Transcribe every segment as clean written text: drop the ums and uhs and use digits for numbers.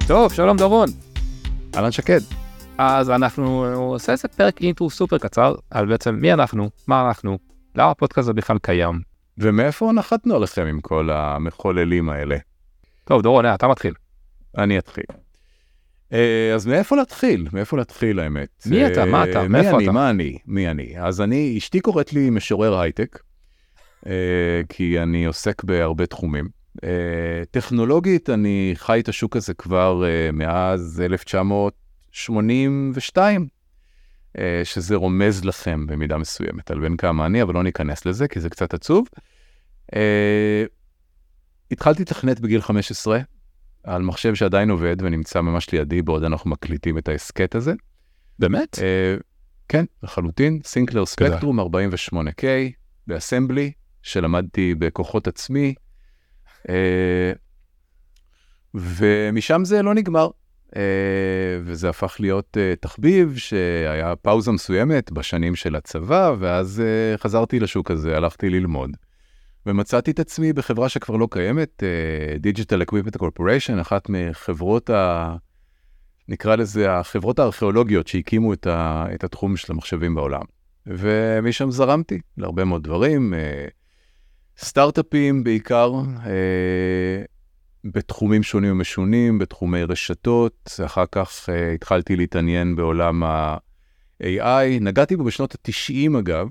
טוב, שלום דורון. אהלן שקד. אז אנחנו עושה איזה פרק אינטרו סופר קצר על בעצם מי אנחנו, מה אנחנו, למה הפודקאסט הזה בכלל קיים. ומאיפה נחתנו עליכם עם כל המחוללים האלה? טוב, דורון, אתה מתחיל. אני אתחיל. אז מאיפה להתחיל האמת? מי אתה? מה אתה? מאיפה אתה? מי אני? אז אשתי קוראת לי משורר הייטק, כי אני עוסק בהרבה תחומים. טכנולוגית אני חי את השוק הזה כבר מאז 1982, שזה רומז לכם במידה מסוימת על בין כמה אני, אבל לא ניכנס לזה כי זה קצת עצוב. התחלתי לתכנת בגיל 15 על מחשב שעדיין עובד ונמצא ממש לידי בעוד אנחנו מקליטים את העסקט הזה. באמת? כן, לחלוטין. סינקלר ספקטרום 48K באסמבלי שלמדתי בכוחות עצמי. ומשם זה לא נגמר, וזה הפך להיות תחביב שהיה פאוזה מסוימת בשנים של הצבא, ואז חזרתי לשוק הזה, הלכתי ללמוד, ומצאתי את עצמי בחברה שכבר לא קיימת, Digital Equipment Corporation, אחת מחברות, נקרא לזה, החברות הארכיאולוגיות שהקימו את התחום של המחשבים בעולם. ומשם זרמתי להרבה מאוד דברים, סטארט-אפים בעיקר, בתחומים שונים ומשונים, בתחומי רשתות, אחר כך התחלתי להתעניין בעולם ה-AI, נגעתי בו בשנות ה-90 אגב,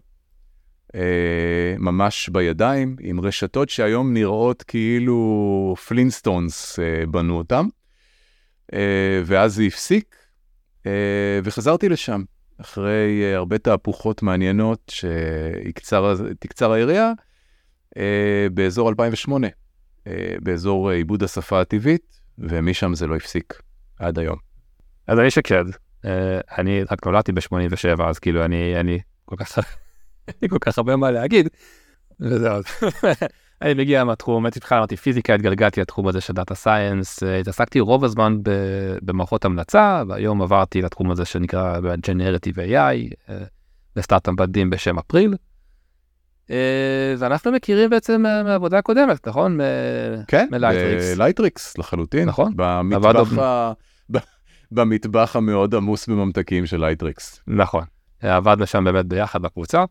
ממש בידיים, עם רשתות שהיום נראות כאילו פלינסטונס בנו אותם, ואז זה הפסיק, וחזרתי לשם, אחרי הרבה תהפוכות מעניינות שתקצר העירייה, באזור 2008, באזור עיבוד השפה הטבעית, ומשם זה לא הפסיק עד היום. אז אני שקד, אני רק נולדתי ב-87, אז כאילו אני כל כך הרבה מה להגיד, וזהו. אני מגיע מהתחום, התחלתי פיזיקה, התגלגלתי לתחום הזה של דאטה סייאנס, התעסקתי רוב הזמן במערכות המלצה, והיום עברתי לתחום הזה שנקרא Generative AI, בסטארט-אפ בדים בשם אפריל, ואנחנו מכירים בעצם מהעבודה הקודמת, נכון? כן, לייטריקס לחלוטין. נכון. במטבח המאוד עמוס בממתקים של לייטריקס. נכון. עבדנו שם באמת ביחד בקבוצה.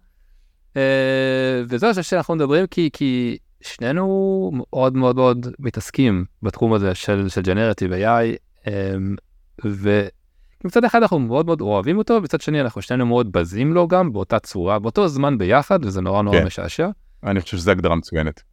וזהו שאנחנו מדברים כי שנינו מאוד מאוד מאוד מתעסקים בתחום הזה של Generative AI, ומצד אחד אנחנו מאוד מאוד אוהבים אותו, ובצד שני אנחנו שנינו מאוד בזים לו גם באותה צורה, באותו זמן ביחד, וזה נורא נורא משעשע. אני חושב שזו הגדרה מצוינת.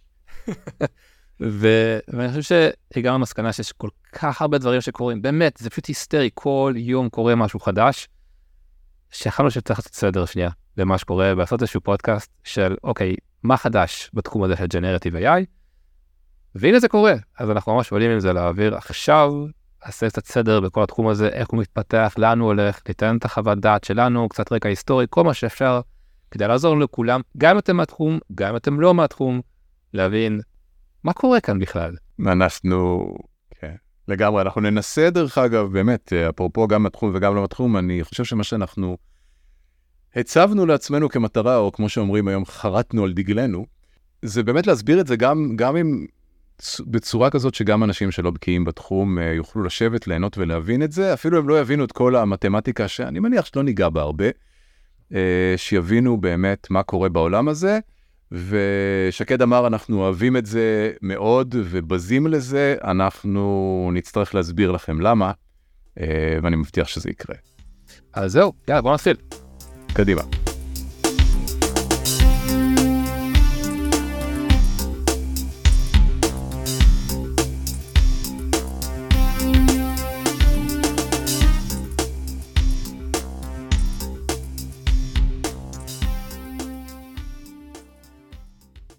ואני חושב שהגענו למסקנה שיש כל כך הרבה דברים שקורים, באמת, זה פשוט היסטרי, כל יום קורה משהו חדש, שיכולנו שצריך לעשות סדר שנייה למה שקורה, ולעשות איזשהו פודקאסט של, אוקיי, מה חדש בתחום הזה של Generative AI, והנה זה קורה, אז אנחנו ממש עולים עם זה לאוויר עכשיו, עשה קצת סדר בכל התחום הזה, איך הוא מתפתח, לאן הוא הולך, ניתן את החוות דעת שלנו, קצת רקע היסטורי, כל מה שאפשר, כדי לעזור לכולם, גם אם אתם מהתחום, גם אם אתם לא מהתחום, להבין מה קורה כאן בכלל. אנחנו, כן, לגמרי, אנחנו ננסה דרך אגב, באמת, אפרופו גם מהתחום וגם לא מהתחום, אני חושב שמה שאנחנו הצבנו לעצמנו כמטרה, או כמו שאומרים היום, חרטנו על דגלנו, זה באמת להסביר את זה גם אם בצורה כזאת שגם אנשים שלא בקיאים בתחום יוכלו לשבת, ליהנות ולהבין את זה, אפילו הם לא יבינו את כל המתמטיקה שאני מניח שלא ניגע בה הרבה, שיבינו באמת מה קורה בעולם הזה, ושקד אמר אנחנו אוהבים את זה מאוד ובזים לזה, אנחנו נצטרך להסביר לכם למה, ואני מבטיח שזה יקרה. אז זהו, יאללה בוא נתחיל. קדימה.